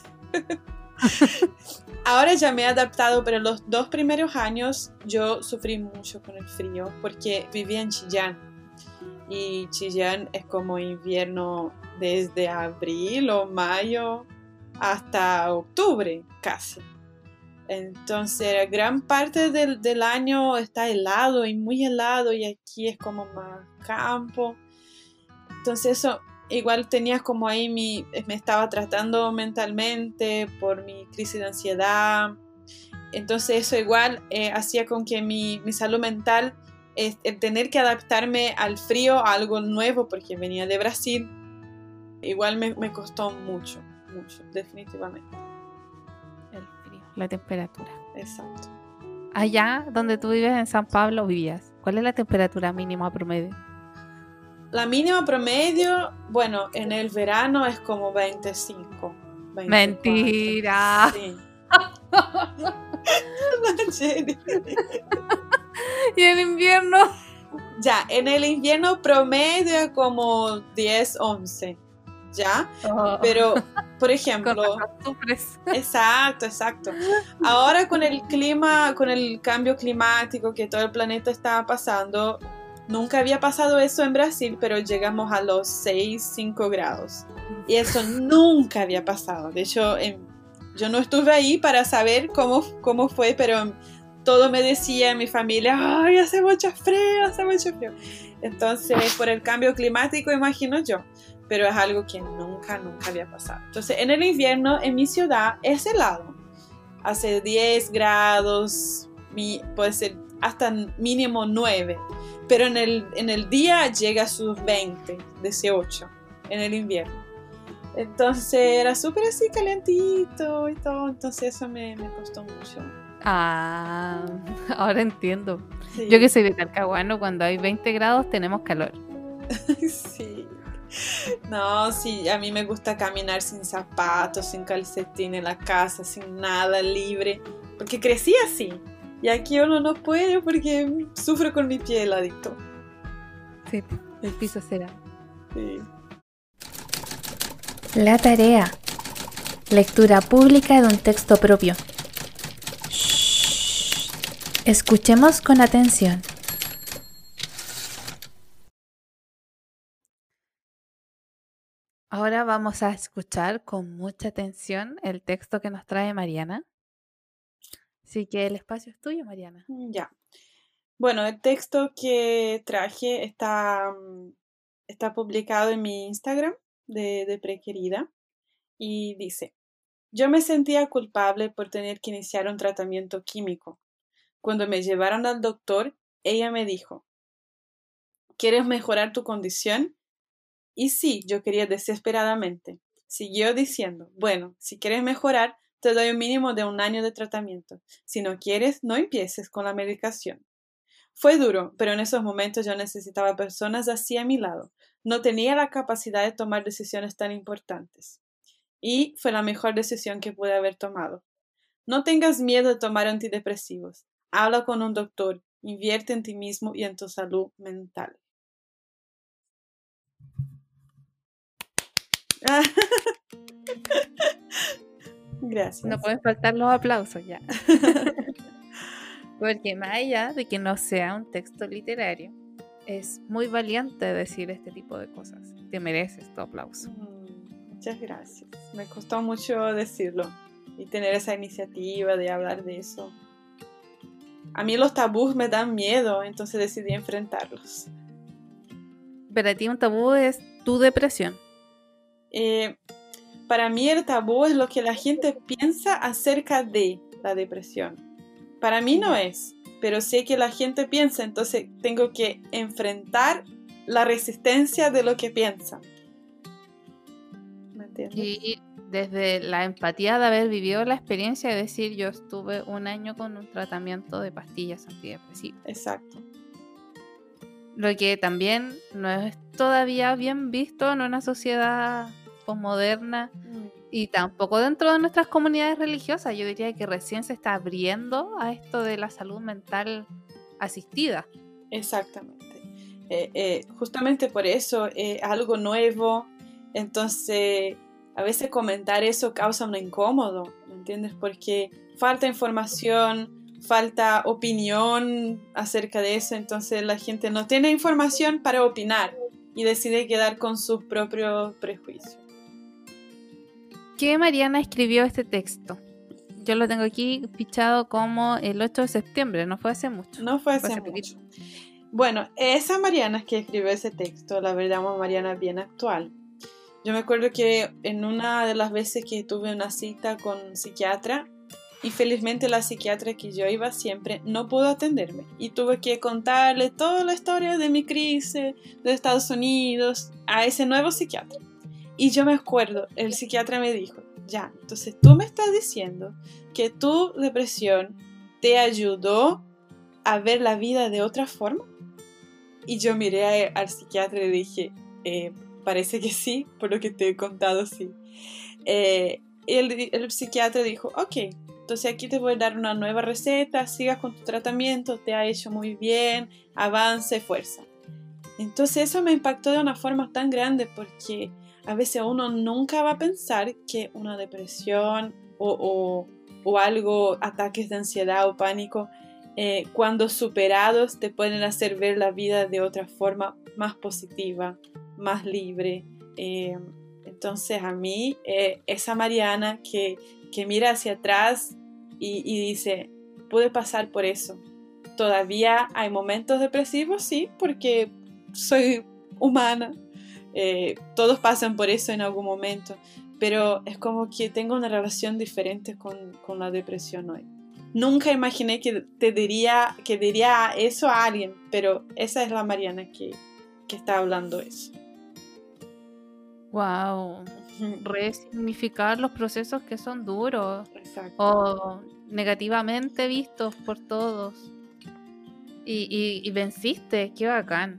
Speaker 2: Ahora ya me he adaptado, pero los dos primeros años yo sufrí mucho con el frío porque vivía en Chillán. Y Chillán es como invierno desde abril o mayo hasta octubre casi. Entonces gran parte del, del año está helado y muy helado y aquí es como más campo. Entonces eso igual tenía como ahí mi, me estaba tratando mentalmente por mi crisis de ansiedad. Entonces eso igual eh, hacía con que mi, mi salud mental, eh, el tener que adaptarme al frío, a algo nuevo porque venía de Brasil, igual me, me costó mucho, mucho, definitivamente.
Speaker 1: La temperatura.
Speaker 2: Exacto.
Speaker 1: Allá donde tú vives en San Pablo vivías, ¿cuál es la temperatura mínima promedio?
Speaker 2: La mínima promedio, bueno, en el verano es como veinticinco. veinticuatro.
Speaker 1: Mentira.
Speaker 2: Sí. Jenny.
Speaker 1: ¿Y en invierno?
Speaker 2: Ya, en el invierno promedio es como diez, once. ¿Ya?
Speaker 1: Oh.
Speaker 2: Pero, por ejemplo...
Speaker 1: sufres.
Speaker 2: Exacto, exacto. Ahora con el clima, con el cambio climático que todo el planeta está pasando, nunca había pasado eso en Brasil, pero llegamos a los seis, cinco grados. Y eso nunca había pasado. De hecho, en, yo no estuve ahí para saber cómo, cómo fue, pero todo me decía mi familia, ¡ay, hace mucho frío, hace mucho frío! Entonces, por el cambio climático, imagino yo. Pero es algo que nunca, nunca había pasado. Entonces, en el invierno, en mi ciudad, es helado. Hace diez grados, puede ser hasta mínimo nueve. Pero en el, en el día llega a sus veinte, dieciocho, en el invierno. Entonces, era súper así calentito y todo. Entonces, eso me, me costó mucho.
Speaker 1: Ah, ahora entiendo.
Speaker 2: Sí.
Speaker 1: Yo que soy de Talcahuano, cuando hay veinte grados tenemos calor.
Speaker 2: Sí. No, sí, a mí me gusta caminar sin zapatos, sin calcetín en la casa, sin nada, libre, porque crecí así. Y aquí uno no puede porque sufro con mi pie heladito.
Speaker 1: Sí, el piso será.
Speaker 2: Sí.
Speaker 3: La tarea. Lectura pública de un texto propio. Shh. Escuchemos con atención.
Speaker 1: Ahora vamos a escuchar con mucha atención el texto que nos trae Mariana. Así que el espacio es tuyo, Mariana.
Speaker 2: Ya. Bueno, el texto que traje está, está publicado en mi Instagram de, de Prequerida y dice: yo me sentía culpable por tener que iniciar un tratamiento químico. Cuando me llevaron al doctor, ella me dijo: ¿quieres mejorar tu condición? Y sí, yo quería desesperadamente. Siguió diciendo: bueno, si quieres mejorar, te doy un mínimo de un año de tratamiento. Si no quieres, no empieces con la medicación. Fue duro, pero en esos momentos yo necesitaba personas así a mi lado. No tenía la capacidad de tomar decisiones tan importantes. Y fue la mejor decisión que pude haber tomado. No tengas miedo de tomar antidepresivos. Habla con un doctor. Invierte en ti mismo y en tu salud mental. Gracias.
Speaker 1: No pueden faltar los aplausos ya. Porque más allá de que no sea un texto literario, es muy valiente decir este tipo de cosas. Te mereces tu aplauso.
Speaker 2: Mm, muchas gracias. Me costó mucho decirlo y tener esa iniciativa de hablar de eso. A mí los tabús me dan miedo, entonces decidí enfrentarlos.
Speaker 1: Para ti un tabú es tu depresión.
Speaker 2: Eh, para mí el tabú es lo que la gente piensa acerca de la depresión. Para mí no es, pero sé que la gente piensa, entonces tengo que enfrentar la resistencia de lo que piensan. ¿Me entiendes?
Speaker 1: Y desde la empatía de haber vivido la experiencia de decir, yo estuve un año con un tratamiento de pastillas antidepresivas.
Speaker 2: Exacto.
Speaker 1: Lo que también no es todavía bien visto en una sociedad posmoderna
Speaker 2: Mm.
Speaker 1: y tampoco dentro de nuestras comunidades religiosas. Yo diría que recién se está abriendo a esto de la salud mental asistida.
Speaker 2: Exactamente. Eh, eh, justamente por eso es eh, algo nuevo, entonces a veces comentar eso causa un incómodo, ¿me entiendes? Porque falta información, falta opinión acerca de eso, entonces la gente no tiene información para opinar y decide quedar con sus propios prejuicios.
Speaker 1: ¿Qué Mariana escribió este texto? Yo lo tengo aquí fichado como el ocho de septiembre, no fue hace mucho.
Speaker 2: No fue hace,
Speaker 1: fue hace
Speaker 2: mucho. Bueno, esa Mariana que escribió ese texto, la verdad, una Mariana bien actual. Yo me acuerdo que en una de las veces que tuve una cita con un psiquiatra, y felizmente la psiquiatra que yo iba siempre no pudo atenderme, y tuve que contarle toda la historia de mi crisis de Estados Unidos a ese nuevo psiquiatra. Y yo me acuerdo, el psiquiatra me dijo, ya, entonces tú me estás diciendo que tu depresión te ayudó a ver la vida de otra forma. Y yo miré a, al psiquiatra y le dije, eh, parece que sí, por lo que te he contado, sí. Eh, el, el psiquiatra dijo, ok, entonces aquí te voy a dar una nueva receta, sigas con tu tratamiento, te ha hecho muy bien, avance, fuerza. Entonces eso me impactó de una forma tan grande porque a veces uno nunca va a pensar que una depresión o, o, o algo, ataques de ansiedad o pánico, Eh, cuando superados te pueden hacer ver la vida de otra forma más positiva, más libre. Eh, entonces a mí, eh, esa Mariana que, que mira hacia atrás y, y dice, pude pasar por eso. Todavía hay momentos depresivos, sí, porque soy humana. Eh, todos pasan por eso en algún momento, pero es como que tengo una relación diferente con, con la depresión hoy. Nunca imaginé que te diría, que diría eso a alguien, pero esa es la Mariana que, que está hablando eso.
Speaker 1: Wow, resignificar los procesos que son duros.
Speaker 2: Exacto.
Speaker 1: O negativamente vistos por todos. Y, y, y venciste, qué bacán.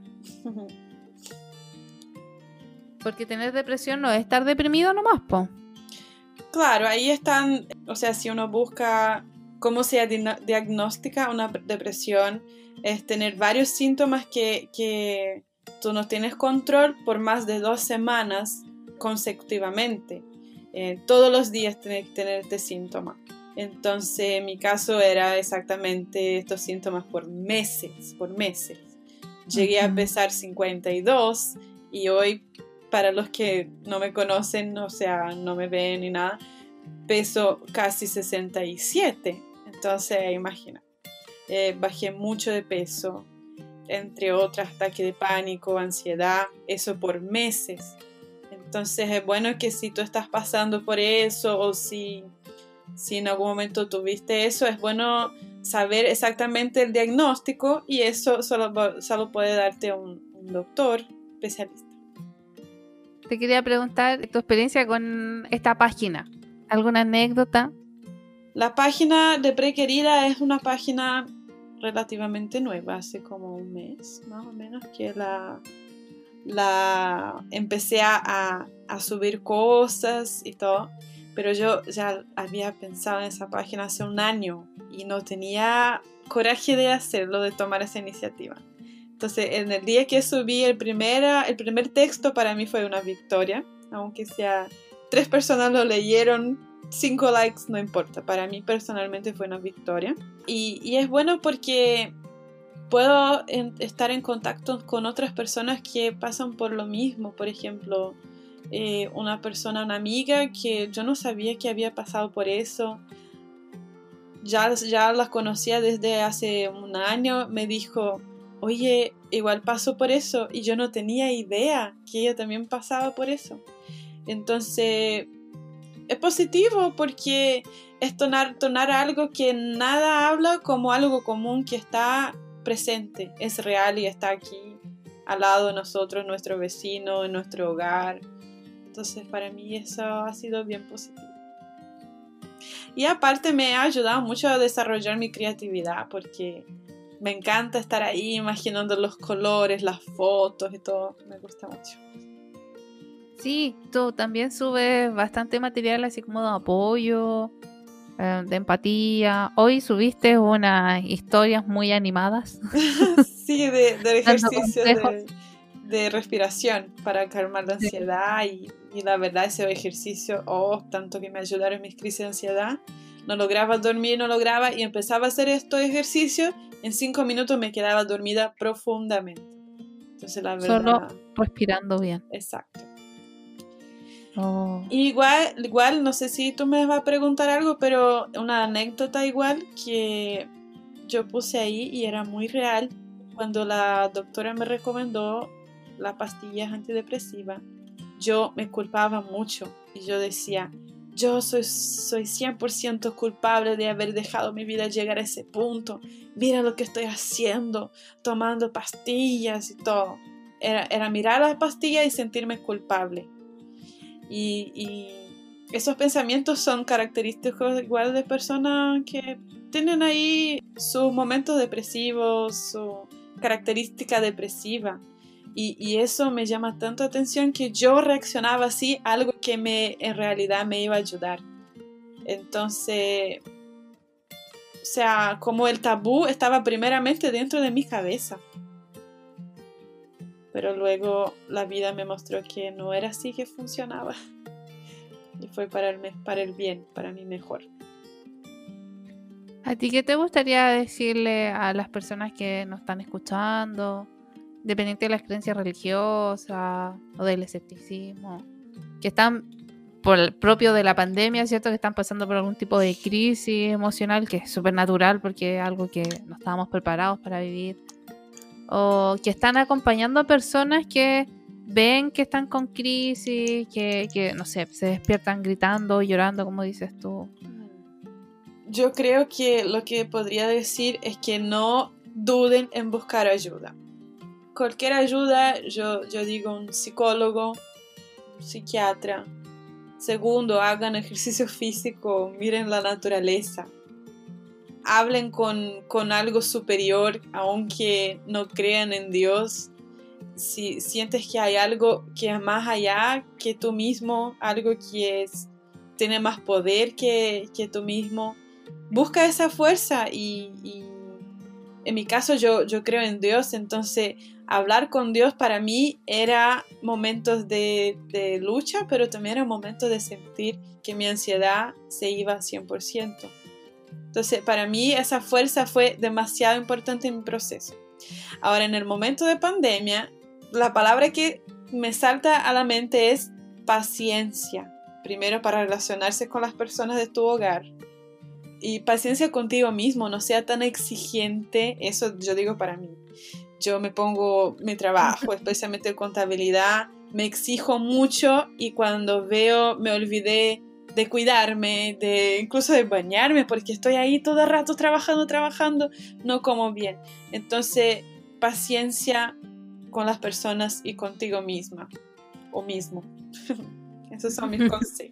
Speaker 1: Porque tener depresión no es estar deprimido nomás, po.
Speaker 2: Claro, ahí están, o sea, si uno busca cómo se diagnostica una depresión, es tener varios síntomas que, que tú no tienes control por más de dos semanas consecutivamente. Eh, todos los días tienes que tener este síntoma. Entonces, en mi caso era exactamente estos síntomas por meses, por meses. Llegué uh-huh. a pesar cincuenta y dos y hoy, para los que no me conocen, o sea, no me ven ni nada, peso casi sesenta y siete. Entonces, imagina, eh, bajé mucho de peso, entre otras ataques de pánico, ansiedad, eso por meses. Entonces, es bueno que si tú estás pasando por eso o si, si en algún momento tuviste eso, es bueno saber exactamente el diagnóstico y eso solo, solo puede darte un, un doctor especialista.
Speaker 1: Te quería preguntar tu experiencia con esta página. ¿Alguna anécdota?
Speaker 2: La página de Prequerida es una página relativamente nueva, hace como un mes más o menos que la, la empecé a, a subir cosas y todo, pero yo ya había pensado en esa página hace un año y no tenía coraje de hacerlo, de tomar esa iniciativa. Entonces, en el día que subí el primer, el primer texto, para mí fue una victoria, aunque sea tres personas lo leyeron, cinco likes, no importa. Para mí personalmente fue una victoria. Y, y es bueno porque puedo en, estar en contacto con otras personas que pasan por lo mismo. Por ejemplo, eh, una persona, una amiga que yo no sabía que había pasado por eso. Ya, ya la conocía desde hace un año, me dijo, oye, igual paso por eso, y yo no tenía idea que ella también pasaba por eso. Entonces, es positivo porque es tonar, tonar algo que nada habla como algo común que está presente, es real y está aquí al lado de nosotros, nuestro vecino, en nuestro hogar. Entonces, para mí eso ha sido bien positivo. Y aparte me ha ayudado mucho a desarrollar mi creatividad porque me encanta estar ahí imaginando los colores, las fotos y todo. Me gusta mucho.
Speaker 1: Sí, tú también subes bastante material así como de apoyo, eh, de empatía. Hoy subiste unas historias muy animadas.
Speaker 2: Sí, de, de ejercicios
Speaker 1: consejos.
Speaker 2: de, de respiración para calmar la ansiedad y, y la verdad ese ejercicio, oh, tanto que me ayudaron en mis crisis de ansiedad. No lograba dormir, no lograba y empezaba a hacer estos ejercicios. En cinco minutos me quedaba dormida profundamente. Entonces la verdad...
Speaker 1: Solo respirando bien.
Speaker 2: Exacto.
Speaker 1: Oh.
Speaker 2: Igual, igual, no sé si tú me vas a preguntar algo, pero una anécdota igual que yo puse ahí y era muy real. Cuando la doctora me recomendó las pastillas antidepresivas, yo me culpaba mucho y yo decía, yo soy, soy cien por ciento culpable de haber dejado mi vida llegar a ese punto. Mira lo que estoy haciendo, tomando pastillas y todo. Era, era mirar las pastillas y sentirme culpable. Y, y esos pensamientos son característicos igual de personas que tienen ahí sus momentos depresivos, su característica depresiva. Y, y eso me llama tanto la atención que yo reaccionaba así a algo que me, en realidad me iba a ayudar. Entonces, o sea, como el tabú estaba primeramente dentro de mi cabeza. Pero luego la vida me mostró que no era así que funcionaba. Y fue para el, para el bien, para mí mejor.
Speaker 1: ¿A ti qué te gustaría decirle a las personas que nos están escuchando, dependiente de las creencias religiosas o del escepticismo, que están por el propio de la pandemia, ¿cierto? Que están pasando por algún tipo de crisis emocional que es súper natural porque es algo que no estábamos preparados para vivir, o que están acompañando a personas que ven que están con crisis, que, que no sé, se despiertan gritando, llorando, como dices tú?
Speaker 2: Yo creo que lo que podría decir es que no duden en buscar ayuda. Cualquier ayuda, yo, yo digo un psicólogo, un psiquiatra. Segundo, hagan ejercicio físico, miren la naturaleza. Hablen con, con algo superior, aunque no crean en Dios. Si sientes que hay algo que es más allá que tú mismo, algo que es, tiene más poder que, que tú mismo, busca esa fuerza y, y en mi caso yo, yo creo en Dios, entonces hablar con Dios para mí era momentos de, de lucha, pero también era momentos de sentir que mi ansiedad se iba a cien por ciento. Entonces para mí esa fuerza fue demasiado importante en mi proceso. Ahora en el momento de pandemia, la palabra que me salta a la mente es paciencia. Primero para relacionarse con las personas de tu hogar. Y paciencia contigo mismo, no sea tan exigente, eso yo digo para mí. Yo me pongo mi trabajo, especialmente en contabilidad, me exijo mucho y cuando veo me olvidé de cuidarme, de incluso de bañarme, porque estoy ahí todo el rato trabajando, trabajando, no como bien. Entonces, paciencia con las personas y contigo misma o mismo. Esos son mis consejos.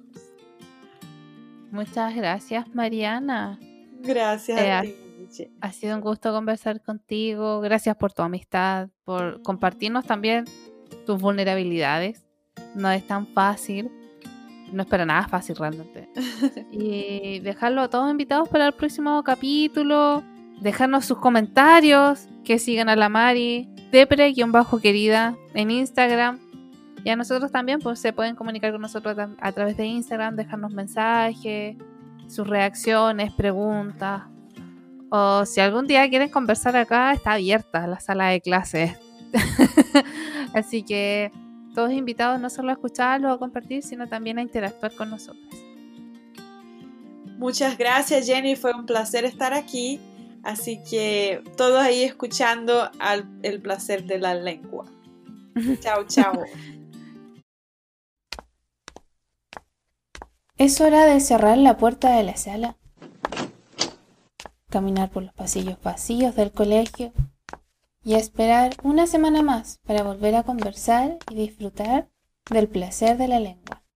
Speaker 1: Muchas gracias, Mariana.
Speaker 2: Gracias
Speaker 1: eh,
Speaker 2: a
Speaker 1: ha,
Speaker 2: ti.
Speaker 1: ha sido un gusto conversar contigo. Gracias por tu amistad, por compartirnos también tus vulnerabilidades. No es tan fácil, no es para nada fácil realmente. Y dejarlo a todos invitados para el próximo capítulo. Dejarnos sus comentarios, que sigan a la Mari, depre-querida en Instagram. Y a nosotros también, pues se pueden comunicar con nosotros a través de Instagram, dejarnos mensajes, sus reacciones, preguntas, O si algún día quieren conversar acá, está abierta la sala de clases. Así que todos invitados no solo a escucharlo o a compartir, sino también a interactuar con nosotros.
Speaker 2: Muchas gracias, Jenny, fue un placer estar aquí. Así que todos ahí escuchando al, el placer de la lengua. Chao, chao.
Speaker 3: Es hora de cerrar la puerta de la sala, caminar por los pasillos vacíos del colegio y esperar una semana más para volver a conversar y disfrutar del placer de la lengua.